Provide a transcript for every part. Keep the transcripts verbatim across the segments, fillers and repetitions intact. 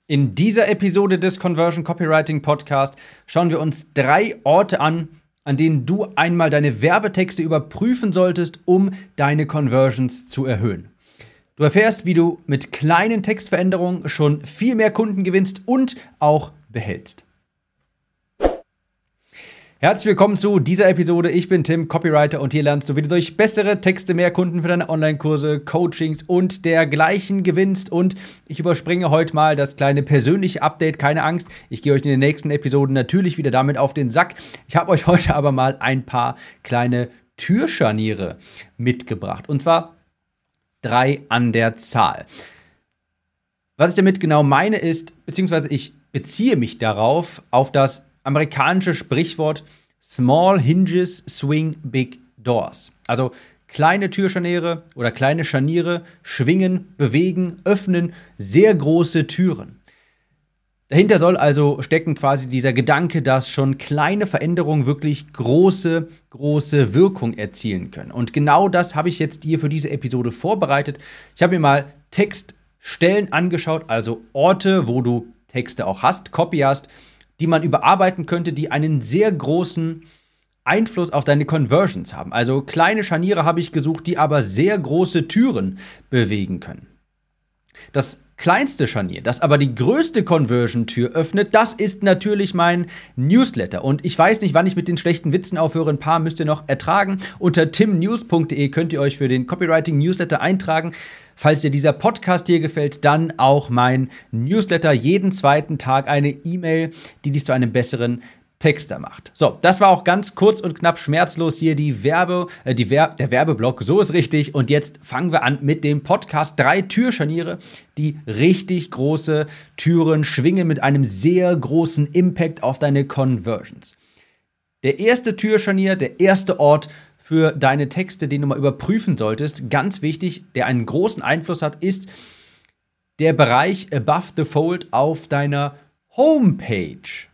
In dieser Episode des Conversion Copywriting Podcast schauen wir uns drei Orte an, an denen du einmal deine Werbetexte überprüfen solltest, um deine Conversions zu erhöhen. Du erfährst, wie du mit kleinen Textveränderungen schon viel mehr Kunden gewinnst und auch behältst. Herzlich willkommen zu dieser Episode. Ich bin Tim, Copywriter, und hier lernst du, wie du durch bessere Texte mehr Kunden für deine Online-Kurse, Coachings und dergleichen gewinnst. Und ich überspringe heute mal das kleine persönliche Update. Keine Angst, ich gehe euch in den nächsten Episoden natürlich wieder damit auf den Sack. Ich habe euch heute aber mal ein paar kleine Türscharniere mitgebracht. Und zwar drei an der Zahl. Was ich damit genau meine ist, beziehungsweise ich beziehe mich darauf, auf das amerikanische Sprichwort Small Hinges swing big doors. Also kleine Türscharniere oder kleine Scharniere schwingen, bewegen, öffnen sehr große Türen. Dahinter soll also stecken quasi dieser Gedanke, dass schon kleine Veränderungen wirklich große, große Wirkung erzielen können. Und genau das habe ich jetzt hier für diese Episode vorbereitet. Ich habe mir mal Textstellen angeschaut, also Orte, wo du Texte auch hast, Copy hast, die man überarbeiten könnte, die einen sehr großen Einfluss auf deine Conversions haben. Also kleine Scharniere habe ich gesucht, die aber sehr große Türen bewegen können. Das kleinste Scharnier, das aber die größte Conversion-Tür öffnet, das ist natürlich mein Newsletter. Und ich weiß nicht, wann ich mit den schlechten Witzen aufhöre. Ein paar müsst ihr noch ertragen. Unter timnews punkt de könnt ihr euch für den Copywriting-Newsletter eintragen. Falls dir dieser Podcast hier gefällt, dann auch mein Newsletter. Jeden zweiten Tag eine E-Mail, die dich zu einem besseren Texter macht. So, das war auch ganz kurz und knapp schmerzlos hier die Werbe, äh, die Ver- der Werbeblock, so ist richtig. Und jetzt fangen wir an mit dem Podcast. Drei Türscharniere, die richtig große Türen schwingen mit einem sehr großen Impact auf deine Conversions. Der erste Türscharnier, der erste Ort für deine Texte, den du mal überprüfen solltest, ganz wichtig, der einen großen Einfluss hat, ist der Bereich Above the Fold auf deiner Homepage.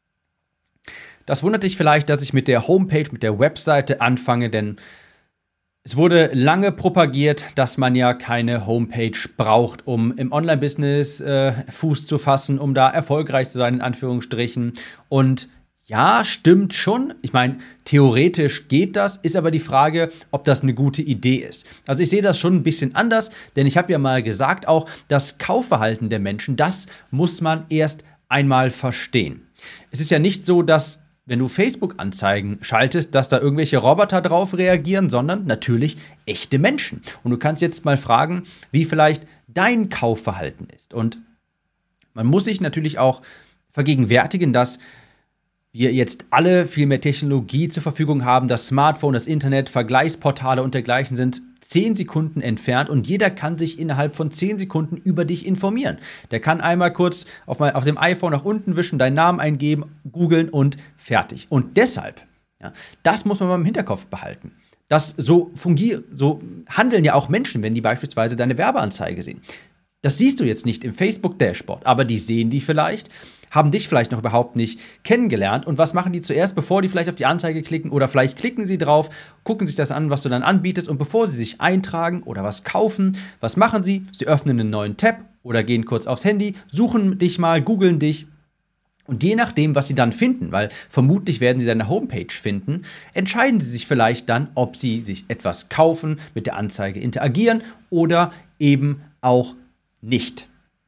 Das wundert dich vielleicht, dass ich mit der Homepage, mit der Webseite anfange, denn es wurde lange propagiert, dass man ja keine Homepage braucht, um im Online-Business äh, Fuß zu fassen, um da erfolgreich zu sein, in Anführungsstrichen. Und ja, stimmt schon. Ich meine, theoretisch geht das, ist aber die Frage, ob das eine gute Idee ist. Also ich sehe das schon ein bisschen anders, denn ich habe ja mal gesagt auch, das Kaufverhalten der Menschen, das muss man erst einmal verstehen. Es ist ja nicht so, dass, wenn du Facebook-Anzeigen schaltest, dass da irgendwelche Roboter drauf reagieren, sondern natürlich echte Menschen. Und du kannst jetzt mal fragen, wie vielleicht dein Kaufverhalten ist. Und man muss sich natürlich auch vergegenwärtigen, dass wir jetzt alle viel mehr Technologie zur Verfügung haben. Das Smartphone, das Internet, Vergleichsportale und dergleichen sind zehn Sekunden entfernt und jeder kann sich innerhalb von zehn Sekunden über dich informieren. Der kann einmal kurz auf, mal, auf dem iPhone nach unten wischen, deinen Namen eingeben, googeln und fertig. Und deshalb, ja, das muss man mal im Hinterkopf behalten. Das so fungiert, so handeln ja auch Menschen, wenn die beispielsweise deine Werbeanzeige sehen. Das siehst du jetzt nicht im Facebook-Dashboard, aber die sehen die vielleicht, haben dich vielleicht noch überhaupt nicht kennengelernt. Und was machen die zuerst, bevor die vielleicht auf die Anzeige klicken? Oder vielleicht klicken sie drauf, gucken sich das an, was du dann anbietest. Und bevor sie sich eintragen oder was kaufen, was machen sie? Sie öffnen einen neuen Tab oder gehen kurz aufs Handy, suchen dich mal, googeln dich. Und je nachdem, was sie dann finden, weil vermutlich werden sie deine Homepage finden, entscheiden sie sich vielleicht dann, ob sie sich etwas kaufen, mit der Anzeige interagieren oder eben auch nicht.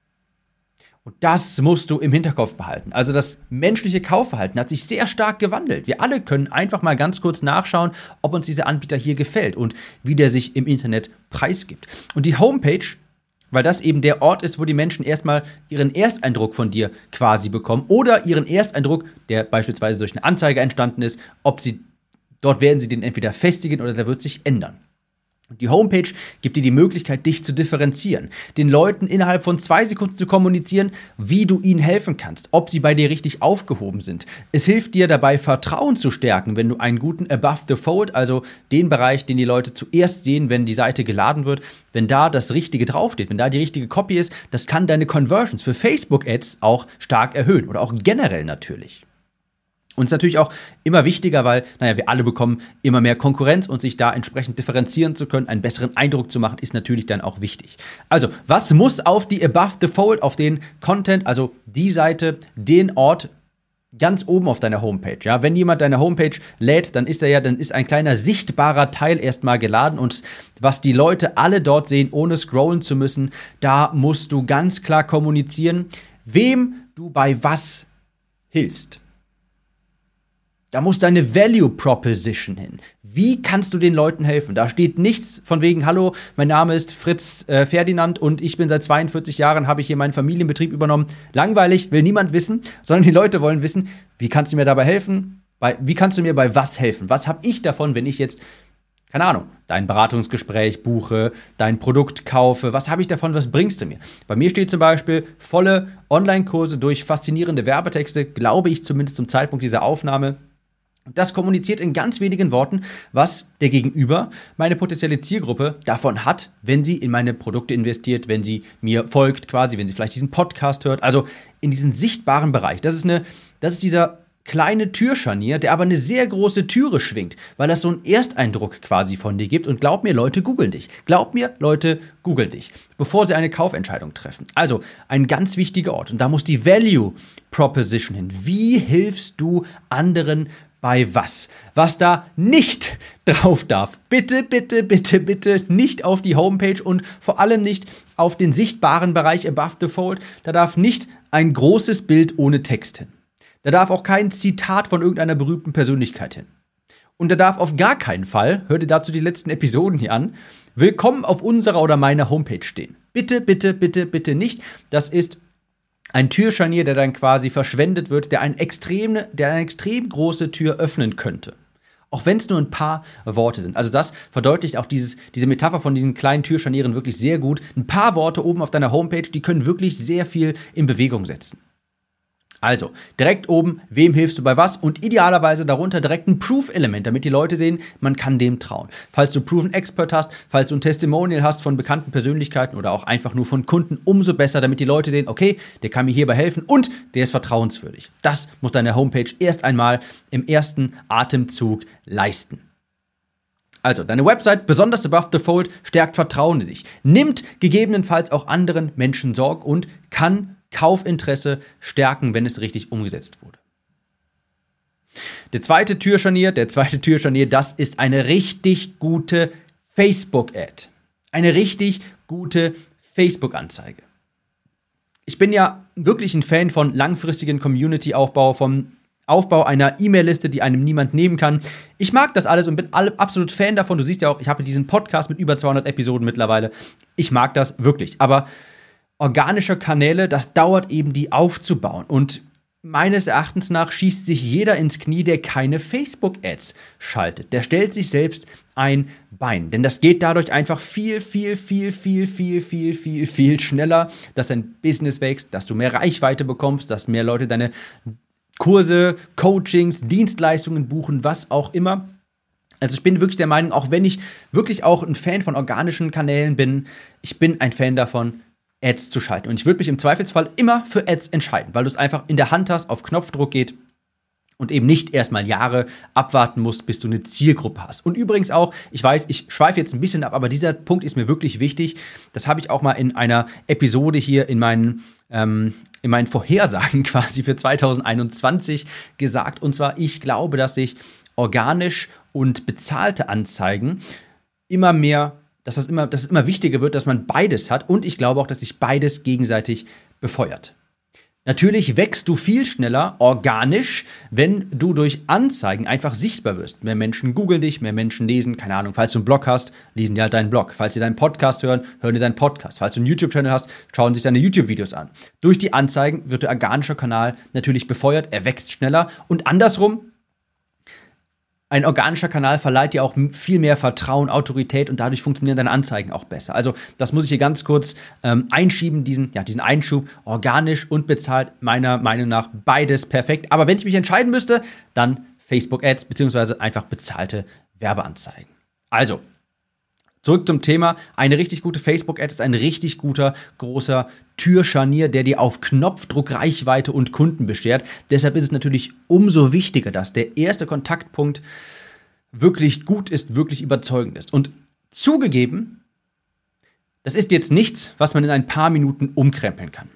Und das musst du im Hinterkopf behalten. Also das menschliche Kaufverhalten hat sich sehr stark gewandelt. Wir alle können einfach mal ganz kurz nachschauen, ob uns dieser Anbieter hier gefällt und wie der sich im Internet preisgibt. Und die Homepage, weil das eben der Ort ist, wo die Menschen erstmal ihren Ersteindruck von dir quasi bekommen oder ihren Ersteindruck, der beispielsweise durch eine Anzeige entstanden ist, ob sie, dort werden sie den entweder festigen oder der wird sich ändern. Die Homepage gibt dir die Möglichkeit, dich zu differenzieren, den Leuten innerhalb von zwei Sekunden zu kommunizieren, wie du ihnen helfen kannst, ob sie bei dir richtig aufgehoben sind. Es hilft dir dabei, Vertrauen zu stärken, wenn du einen guten Above the Fold, also den Bereich, den die Leute zuerst sehen, wenn die Seite geladen wird, wenn da das Richtige draufsteht, wenn da die richtige Copy ist, das kann deine Conversions für Facebook-Ads auch stark erhöhen oder auch generell natürlich. Und es ist natürlich auch immer wichtiger, weil, naja, wir alle bekommen immer mehr Konkurrenz und sich da entsprechend differenzieren zu können, einen besseren Eindruck zu machen, ist natürlich dann auch wichtig. Also, was muss auf die Above the Fold, auf den Content, also die Seite, den Ort ganz oben auf deiner Homepage? Ja, wenn jemand deine Homepage lädt, dann ist er ja, dann ist ein kleiner sichtbarer Teil erstmal geladen und was die Leute alle dort sehen, ohne scrollen zu müssen, da musst du ganz klar kommunizieren, wem du bei was hilfst. Da muss deine Value Proposition hin. Wie kannst du den Leuten helfen? Da steht nichts von wegen, hallo, mein Name ist Fritz äh, Ferdinand und ich bin seit zweiundvierzig Jahren, habe ich hier meinen Familienbetrieb übernommen. Langweilig, will niemand wissen, sondern die Leute wollen wissen, wie kannst du mir dabei helfen? Bei, wie kannst du mir bei was helfen? Was habe ich davon, wenn ich jetzt, keine Ahnung, dein Beratungsgespräch buche, dein Produkt kaufe? Was habe ich davon, was bringst du mir? Bei mir steht zum Beispiel volle Online-Kurse durch faszinierende Werbetexte, glaube ich zumindest zum Zeitpunkt dieser Aufnahme. Das kommuniziert in ganz wenigen Worten, was der Gegenüber, meine potenzielle Zielgruppe, davon hat, wenn sie in meine Produkte investiert, wenn sie mir folgt quasi, wenn sie vielleicht diesen Podcast hört. Also in diesen sichtbaren Bereich. Das ist, eine, das ist dieser kleine Türscharnier, der aber eine sehr große Türe schwingt, weil das so einen Ersteindruck quasi von dir gibt. Und glaub mir, Leute googeln dich. Glaub mir, Leute googeln dich, bevor sie eine Kaufentscheidung treffen. Also ein ganz wichtiger Ort. Und da muss die Value Proposition hin. Wie hilfst du anderen bei was? Was da nicht drauf darf. Bitte, bitte, bitte, bitte nicht auf die Homepage und vor allem nicht auf den sichtbaren Bereich Above the Fold. Da darf nicht ein großes Bild ohne Text hin. Da darf auch kein Zitat von irgendeiner berühmten Persönlichkeit hin. Und da darf auf gar keinen Fall, hör dir dazu die letzten Episoden hier an, willkommen auf unserer oder meiner Homepage stehen. Bitte, bitte, bitte, bitte nicht. Das ist ein Türscharnier, der dann quasi verschwendet wird, der, ein extrem, der eine extrem große Tür öffnen könnte. Auch wenn es nur ein paar Worte sind. Also das verdeutlicht auch dieses, diese Metapher von diesen kleinen Türscharnieren wirklich sehr gut. Ein paar Worte oben auf deiner Homepage, die können wirklich sehr viel in Bewegung setzen. Also, direkt oben, wem hilfst du bei was? Und idealerweise darunter direkt ein Proof-Element, damit die Leute sehen, man kann dem trauen. Falls du Proven Expert hast, falls du ein Testimonial hast von bekannten Persönlichkeiten oder auch einfach nur von Kunden, umso besser, damit die Leute sehen, okay, der kann mir hierbei helfen und der ist vertrauenswürdig. Das muss deine Homepage erst einmal im ersten Atemzug leisten. Also, deine Website, besonders Above the Fold, stärkt Vertrauen in dich, nimmt gegebenenfalls auch anderen Menschen Sorge und kann Kaufinteresse stärken, wenn es richtig umgesetzt wurde. Der zweite Türscharnier, der zweite Türscharnier, das ist eine richtig gute Facebook-Ad. Eine richtig gute Facebook-Anzeige. Ich bin ja wirklich ein Fan von langfristigen Community-Aufbau, vom Aufbau einer E-Mail-Liste, die einem niemand nehmen kann. Ich mag das alles und bin absolut Fan davon. Du siehst ja auch, ich habe diesen Podcast mit über zweihundert Episoden mittlerweile. Ich mag das wirklich. Aber organische Kanäle, das dauert eben, die aufzubauen. Und meines Erachtens nach schießt sich jeder ins Knie, der keine Facebook-Ads schaltet. Der stellt sich selbst ein Bein. Denn das geht dadurch einfach viel, viel, viel, viel, viel, viel, viel, viel schneller, dass dein Business wächst, dass du mehr Reichweite bekommst, dass mehr Leute deine Kurse, Coachings, Dienstleistungen buchen, was auch immer. Also ich bin wirklich der Meinung, auch wenn ich wirklich auch ein Fan von organischen Kanälen bin, ich bin ein Fan davon, Ads zu schalten. Und ich würde mich im Zweifelsfall immer für Ads entscheiden, weil du es einfach in der Hand hast, auf Knopfdruck geht und eben nicht erstmal Jahre abwarten musst, bis du eine Zielgruppe hast. Und übrigens auch, ich weiß, ich schweife jetzt ein bisschen ab, aber dieser Punkt ist mir wirklich wichtig. Das habe ich auch mal in einer Episode hier in meinen, ähm, in meinen Vorhersagen quasi für zwanzig einundzwanzig gesagt. Und zwar, ich glaube, dass sich organisch und bezahlte Anzeigen immer mehr dass das immer, dass es immer wichtiger wird, dass man beides hat. Und ich glaube auch, dass sich beides gegenseitig befeuert. Natürlich wächst du viel schneller organisch, wenn du durch Anzeigen einfach sichtbar wirst. Mehr Menschen googeln dich, mehr Menschen lesen, keine Ahnung, falls du einen Blog hast, lesen die halt deinen Blog. Falls sie deinen Podcast hören, hören die deinen Podcast. Falls du einen YouTube-Channel hast, schauen sich deine YouTube-Videos an. Durch die Anzeigen wird der organische Kanal natürlich befeuert, er wächst schneller und andersrum, ein organischer Kanal verleiht dir auch viel mehr Vertrauen, Autorität und dadurch funktionieren deine Anzeigen auch besser. Also das muss ich hier ganz kurz ähm, einschieben, diesen, ja, diesen Einschub, organisch und bezahlt, meiner Meinung nach beides perfekt. Aber wenn ich mich entscheiden müsste, dann Facebook-Ads beziehungsweise einfach bezahlte Werbeanzeigen. Also, zurück zum Thema. Eine richtig gute Facebook-Ad ist ein richtig guter, großer Türscharnier, der dir auf Knopfdruck Reichweite und Kunden beschert. Deshalb ist es natürlich umso wichtiger, dass der erste Kontaktpunkt wirklich gut ist, wirklich überzeugend ist. Und zugegeben, das ist jetzt nichts, was man in ein paar Minuten umkrempeln kann.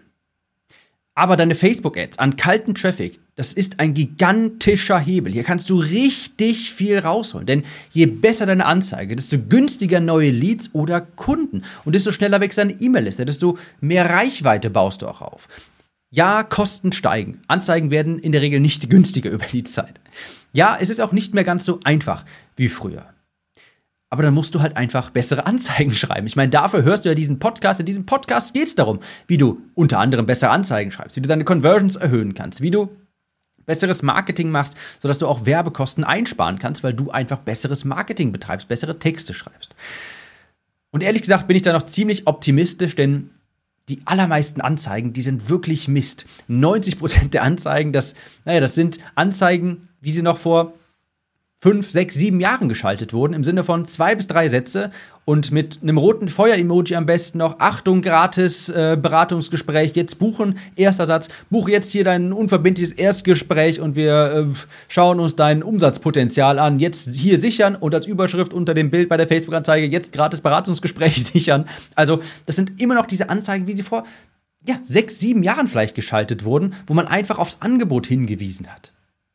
Aber deine Facebook-Ads an kalten Traffic, das ist ein gigantischer Hebel. Hier kannst du richtig viel rausholen. Denn je besser deine Anzeige, desto günstiger neue Leads oder Kunden. Und desto schneller wächst deine E-Mail-Liste, desto mehr Reichweite baust du auch auf. Ja, Kosten steigen. Anzeigen werden in der Regel nicht günstiger über die Zeit. Ja, es ist auch nicht mehr ganz so einfach wie früher. Aber dann musst du halt einfach bessere Anzeigen schreiben. Ich meine, dafür hörst du ja diesen Podcast. In diesem Podcast geht es darum, wie du unter anderem bessere Anzeigen schreibst, wie du deine Conversions erhöhen kannst, wie du besseres Marketing machst, sodass du auch Werbekosten einsparen kannst, weil du einfach besseres Marketing betreibst, bessere Texte schreibst. Und ehrlich gesagt bin ich da noch ziemlich optimistisch, denn die allermeisten Anzeigen, die sind wirklich Mist. neunzig Prozent der Anzeigen, das, naja, das sind Anzeigen, wie sie noch vor fünf, sechs, sieben Jahren geschaltet wurden, im Sinne von zwei bis drei Sätze und mit einem roten Feuer-Emoji am besten noch, Achtung, gratis äh, Beratungsgespräch, jetzt buchen, erster Satz, buche jetzt hier dein unverbindliches Erstgespräch und wir äh, schauen uns dein Umsatzpotenzial an, jetzt hier sichern und als Überschrift unter dem Bild bei der Facebook-Anzeige, jetzt gratis Beratungsgespräch sichern. Also das sind immer noch diese Anzeigen, wie sie vor ja, sechs, sieben Jahren vielleicht geschaltet wurden, wo man einfach aufs Angebot hingewiesen hat.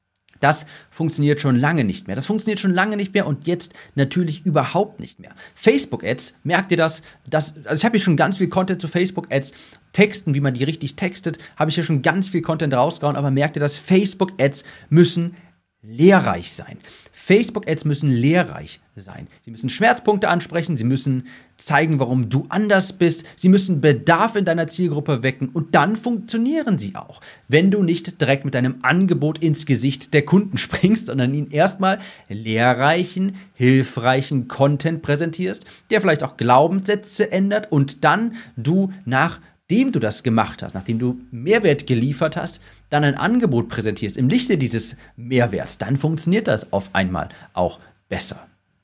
Das funktioniert schon lange nicht mehr. Das funktioniert schon lange nicht mehr und jetzt natürlich überhaupt nicht mehr. Facebook-Ads, merkt ihr das? das also ich habe hier schon ganz viel Content zu Facebook-Ads. Texten, wie man die richtig textet, habe ich hier schon ganz viel Content rausgehauen, aber merkt ihr das? Facebook-Ads müssen lehrreich sein. Facebook-Ads müssen lehrreich sein. Sie müssen Schmerzpunkte ansprechen, sie müssen zeigen, warum du anders bist, sie müssen Bedarf in deiner Zielgruppe wecken und dann funktionieren sie auch. Wenn du nicht direkt mit deinem Angebot ins Gesicht der Kunden springst, sondern ihnen erstmal lehrreichen, hilfreichen Content präsentierst, der vielleicht auch Glaubenssätze ändert und dann du nach Nachdem du das gemacht hast, nachdem du Mehrwert geliefert hast, dann ein Angebot präsentierst im Lichte dieses Mehrwerts, dann funktioniert das auf einmal auch besser.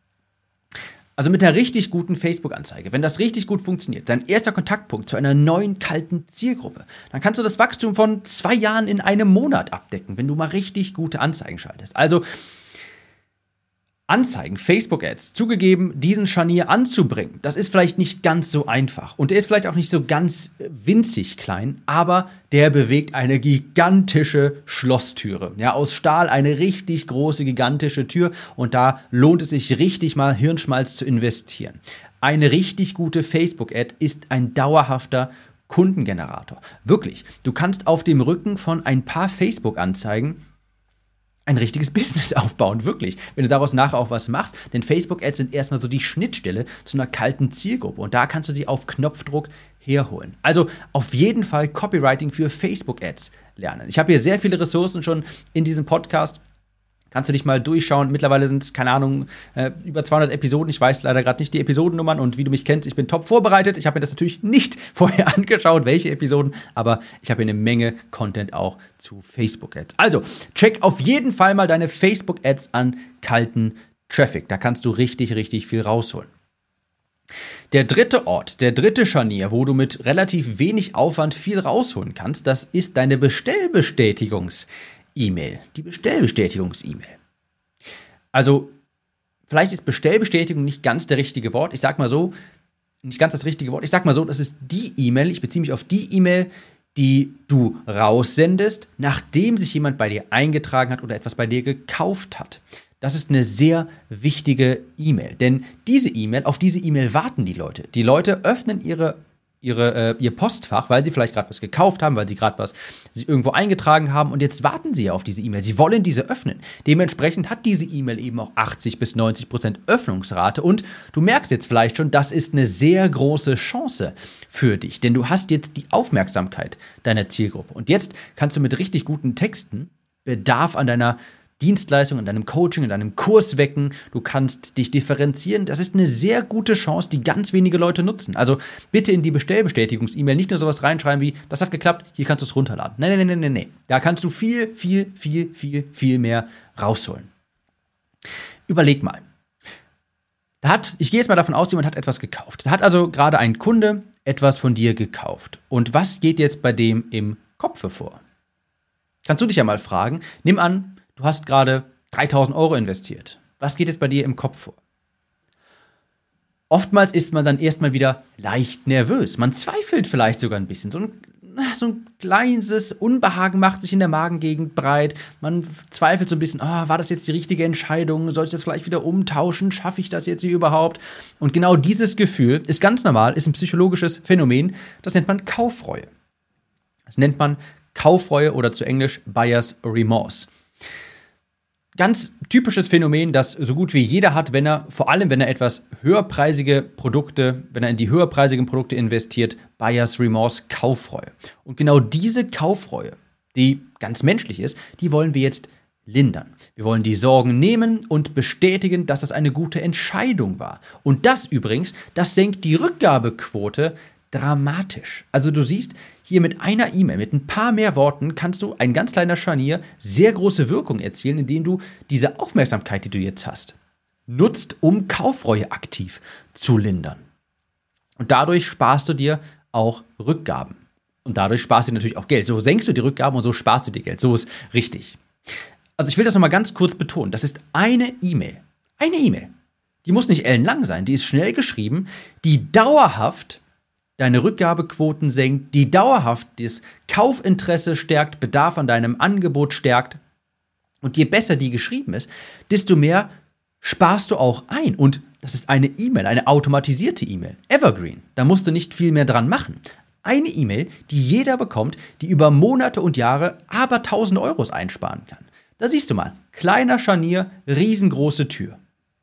Also mit einer richtig guten Facebook-Anzeige, wenn das richtig gut funktioniert, dein erster Kontaktpunkt zu einer neuen kalten Zielgruppe, dann kannst du das Wachstum von zwei Jahren in einem Monat abdecken, wenn du mal richtig gute Anzeigen schaltest. Also Anzeigen, Facebook-Ads, zugegeben, diesen Scharnier anzubringen, das ist vielleicht nicht ganz so einfach. Und der ist vielleicht auch nicht so ganz winzig klein, aber der bewegt eine gigantische Schlosstüre. Ja, aus Stahl eine richtig große, gigantische Tür. Und da lohnt es sich richtig mal Hirnschmalz zu investieren. Eine richtig gute Facebook-Ad ist ein dauerhafter Kundengenerator. Wirklich, du kannst auf dem Rücken von ein paar Facebook-Anzeigen ein richtiges Business aufbauen, wirklich. Wenn du daraus nachher auch was machst, denn Facebook-Ads sind erstmal so die Schnittstelle zu einer kalten Zielgruppe und da kannst du sie auf Knopfdruck herholen. Also auf jeden Fall Copywriting für Facebook-Ads lernen. Ich habe hier sehr viele Ressourcen schon in diesem Podcast. Kannst du dich mal durchschauen. Mittlerweile sind es, keine Ahnung, äh, über zweihundert Episoden. Ich weiß leider gerade nicht die Episodennummern. Und wie du mich kennst, ich bin top vorbereitet. Ich habe mir das natürlich nicht vorher angeschaut, welche Episoden. Aber ich habe hier eine Menge Content auch zu Facebook-Ads. Also, check auf jeden Fall mal deine Facebook-Ads an kalten Traffic. Da kannst du richtig, richtig viel rausholen. Der dritte Ort, der dritte Scharnier, wo du mit relativ wenig Aufwand viel rausholen kannst, das ist deine Bestellbestätigungs- E-Mail, die Bestellbestätigungs-E-Mail. Also, vielleicht ist Bestellbestätigung nicht ganz der richtige Wort. Ich sag mal so, nicht ganz das richtige Wort. Ich sag mal so, das ist die E-Mail, ich beziehe mich auf die E-Mail, die du raussendest, nachdem sich jemand bei dir eingetragen hat oder etwas bei dir gekauft hat. Das ist eine sehr wichtige E-Mail, denn diese E-Mail, auf diese E-Mail warten die Leute. Die Leute öffnen ihre Ihre, äh, ihr Postfach, weil sie vielleicht gerade was gekauft haben, weil sie gerade was sie irgendwo eingetragen haben und jetzt warten sie ja auf diese E-Mail. Sie wollen diese öffnen. Dementsprechend hat diese E-Mail eben auch achtzig bis neunzig Prozent Öffnungsrate und du merkst jetzt vielleicht schon, das ist eine sehr große Chance für dich, denn du hast jetzt die Aufmerksamkeit deiner Zielgruppe und jetzt kannst du mit richtig guten Texten Bedarf an deiner Dienstleistung, in deinem Coaching, in deinem Kurs wecken. Du kannst dich differenzieren. Das ist eine sehr gute Chance, die ganz wenige Leute nutzen. Also bitte in die Bestellbestätigungs-E-Mail nicht nur sowas reinschreiben wie, das hat geklappt, hier kannst du es runterladen. Nein, nein, nein, nein, nein. Da kannst du viel, viel, viel, viel, viel mehr rausholen. Überleg mal. Da hat, ich gehe jetzt mal davon aus, jemand hat etwas gekauft. Da hat also gerade ein Kunde etwas von dir gekauft. Und was geht jetzt bei dem im Kopf vor? Kannst du dich ja mal fragen. Nimm an, du hast gerade dreitausend Euro investiert. Was geht jetzt bei dir im Kopf vor? Oftmals ist man dann erstmal wieder leicht nervös. Man zweifelt vielleicht sogar ein bisschen. So ein, so ein kleines Unbehagen macht sich in der Magengegend breit. Man zweifelt so ein bisschen, oh, war das jetzt die richtige Entscheidung? Soll ich das vielleicht wieder umtauschen? Schaffe ich das jetzt hier überhaupt? Und genau dieses Gefühl ist ganz normal, ist ein psychologisches Phänomen. Das nennt man Kaufreue. Das nennt man Kaufreue oder zu Englisch Buyer's Remorse. Ganz typisches Phänomen, das so gut wie jeder hat, wenn er, vor allem wenn er etwas höherpreisige Produkte, wenn er in die höherpreisigen Produkte investiert, Buyer's Remorse, Kaufreue. Und genau diese Kaufreue, die ganz menschlich ist, die wollen wir jetzt lindern. Wir wollen die Sorgen nehmen und bestätigen, dass das eine gute Entscheidung war. Und das übrigens, das senkt die Rückgabequote dramatisch. Also du siehst, hier mit einer E-Mail, mit ein paar mehr Worten, kannst du, ein ganz kleiner Scharnier, sehr große Wirkung erzielen, indem du diese Aufmerksamkeit, die du jetzt hast, nutzt, um Kaufreue aktiv zu lindern. Und dadurch sparst du dir auch Rückgaben. Und dadurch sparst du dir natürlich auch Geld. So senkst du die Rückgaben und so sparst du dir Geld. So ist richtig. Also ich will das nochmal ganz kurz betonen. Das ist eine E-Mail. Eine E-Mail. Die muss nicht ellenlang sein. Die ist schnell geschrieben, die dauerhaft deine Rückgabequoten senkt, die dauerhaft das Kaufinteresse stärkt, Bedarf an deinem Angebot stärkt. Und je besser die geschrieben ist, desto mehr sparst du auch ein. Und das ist eine E-Mail, eine automatisierte E-Mail. Evergreen. Da musst du nicht viel mehr dran machen. Eine E-Mail, die jeder bekommt, die über Monate und Jahre aber tausend Euros einsparen kann. Da siehst du mal, kleiner Scharnier, riesengroße Tür.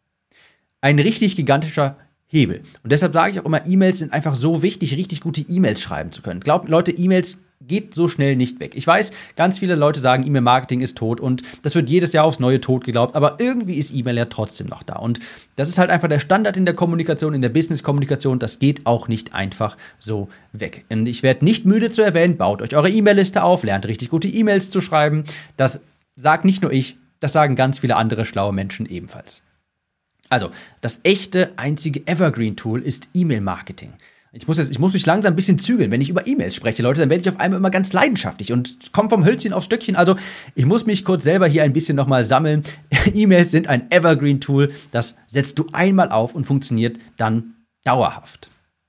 Ein richtig gigantischer Hebel. Und deshalb sage ich auch immer, E-Mails sind einfach so wichtig, richtig gute E-Mails schreiben zu können. Glaubt, Leute, E-Mails geht so schnell nicht weg. Ich weiß, ganz viele Leute sagen, E-Mail-Marketing ist tot und das wird jedes Jahr aufs Neue tot geglaubt, aber irgendwie ist E-Mail ja trotzdem noch da. Und das ist halt einfach der Standard in der Kommunikation, in der Business-Kommunikation. Das geht auch nicht einfach so weg. Und ich werde nicht müde zu erwähnen, baut euch eure E-Mail-Liste auf, lernt richtig gute E-Mails zu schreiben. Das sagt nicht nur ich, das sagen ganz viele andere schlaue Menschen ebenfalls. Also, das echte, einzige Evergreen-Tool ist E-Mail-Marketing. Ich muss, jetzt, ich muss mich langsam ein bisschen zügeln. Wenn ich über E-Mails spreche, Leute, dann werde ich auf einmal immer ganz leidenschaftlich und komme vom Hölzchen aufs Stöckchen. Also, ich muss mich kurz selber hier ein bisschen nochmal sammeln. E-Mails sind ein Evergreen-Tool. Das setzt du einmal auf und funktioniert dann dauerhaft.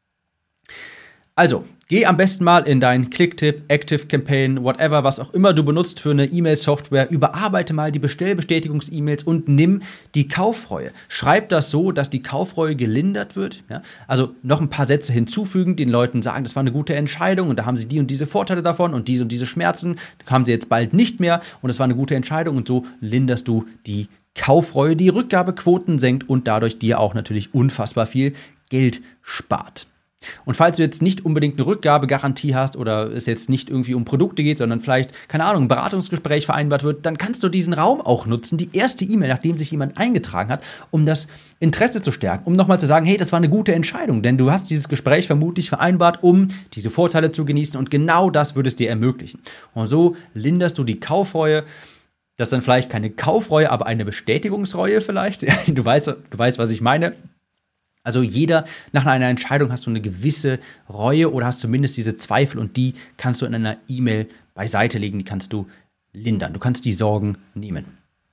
Also, geh am besten mal in dein Clicktip, Active Campaign, whatever, was auch immer du benutzt für eine E-Mail-Software, überarbeite mal die Bestellbestätigungs-E-Mails und nimm die Kaufreue. Schreib das so, dass die Kaufreue gelindert wird. Ja? Also noch ein paar Sätze hinzufügen, den Leuten sagen, das war eine gute Entscheidung und da haben sie die und diese Vorteile davon und diese und diese Schmerzen, haben sie jetzt bald nicht mehr und das war eine gute Entscheidung und so linderst du die Kaufreue, die Rückgabequoten senkt und dadurch dir auch natürlich unfassbar viel Geld spart. Und falls du jetzt nicht unbedingt eine Rückgabegarantie hast oder es jetzt nicht irgendwie um Produkte geht, sondern vielleicht, keine Ahnung, ein Beratungsgespräch vereinbart wird, dann kannst du diesen Raum auch nutzen, die erste E-Mail, nachdem sich jemand eingetragen hat, um das Interesse zu stärken, um nochmal zu sagen, hey, das war eine gute Entscheidung, denn du hast dieses Gespräch vermutlich vereinbart, um diese Vorteile zu genießen und genau das würde es dir ermöglichen. Und so linderst du die Kaufreue. Das ist dann vielleicht keine Kaufreue, aber eine Bestätigungsreue vielleicht. Du weißt, du weißt, was ich meine. Also jeder, nach einer Entscheidung hast du eine gewisse Reue oder hast zumindest diese Zweifel und die kannst du in einer E-Mail beiseite legen, die kannst du lindern. Du kannst die Sorgen nehmen.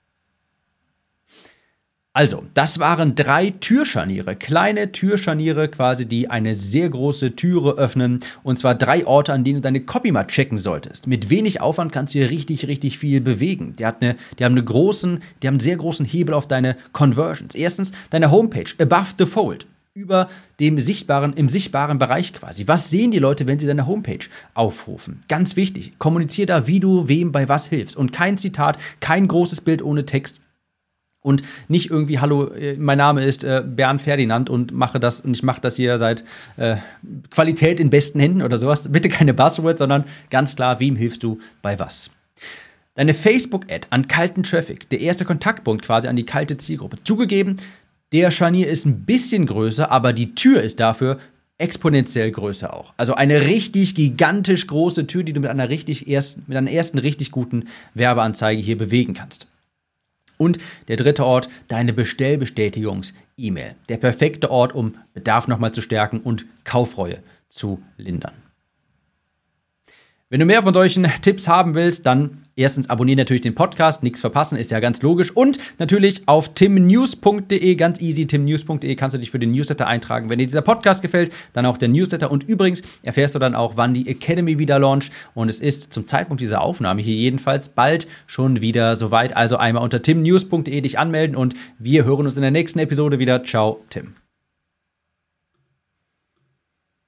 Also, das waren drei Türscharniere, kleine Türscharniere quasi, die eine sehr große Türe öffnen. Und zwar drei Orte, an denen du deine Copy mal checken solltest. Mit wenig Aufwand kannst du hier richtig, richtig viel bewegen. Die, hat eine, die, haben eine großen, die haben einen sehr großen Hebel auf deine Conversions. Erstens, deine Homepage, above the fold. Über dem sichtbaren, im sichtbaren Bereich quasi. Was sehen die Leute, wenn sie deine Homepage aufrufen? Ganz wichtig, kommunizier da, wie du wem bei was hilfst. Und kein Zitat, kein großes Bild ohne Text. Und nicht irgendwie, hallo, mein Name ist äh, Bernd Ferdinand und mache das und ich mache das hier seit äh, Qualität in besten Händen oder sowas. Bitte keine Buzzwords, sondern ganz klar, wem hilfst du bei was. Deine Facebook-Ad an kalten Traffic, der erste Kontaktpunkt quasi an die kalte Zielgruppe. Zugegeben, der Scharnier ist ein bisschen größer, aber die Tür ist dafür exponentiell größer auch. Also eine richtig gigantisch große Tür, die du mit einer richtig ersten, mit einer ersten richtig guten Werbeanzeige hier bewegen kannst. Und der dritte Ort, deine Bestellbestätigungs-E-Mail. Der perfekte Ort, um Bedarf nochmal zu stärken und Kaufreue zu lindern. Wenn du mehr von solchen Tipps haben willst, dann erstens abonniere natürlich den Podcast, nichts verpassen, ist ja ganz logisch. Und natürlich auf timnews punkt de, ganz easy, timnews punkt de kannst du dich für den Newsletter eintragen. Wenn dir dieser Podcast gefällt, dann auch der Newsletter. Und übrigens erfährst du dann auch, wann die Academy wieder launcht. Und es ist zum Zeitpunkt dieser Aufnahme hier jedenfalls bald schon wieder soweit. Also einmal unter timnews punkt de dich anmelden und wir hören uns in der nächsten Episode wieder. Ciao, Tim.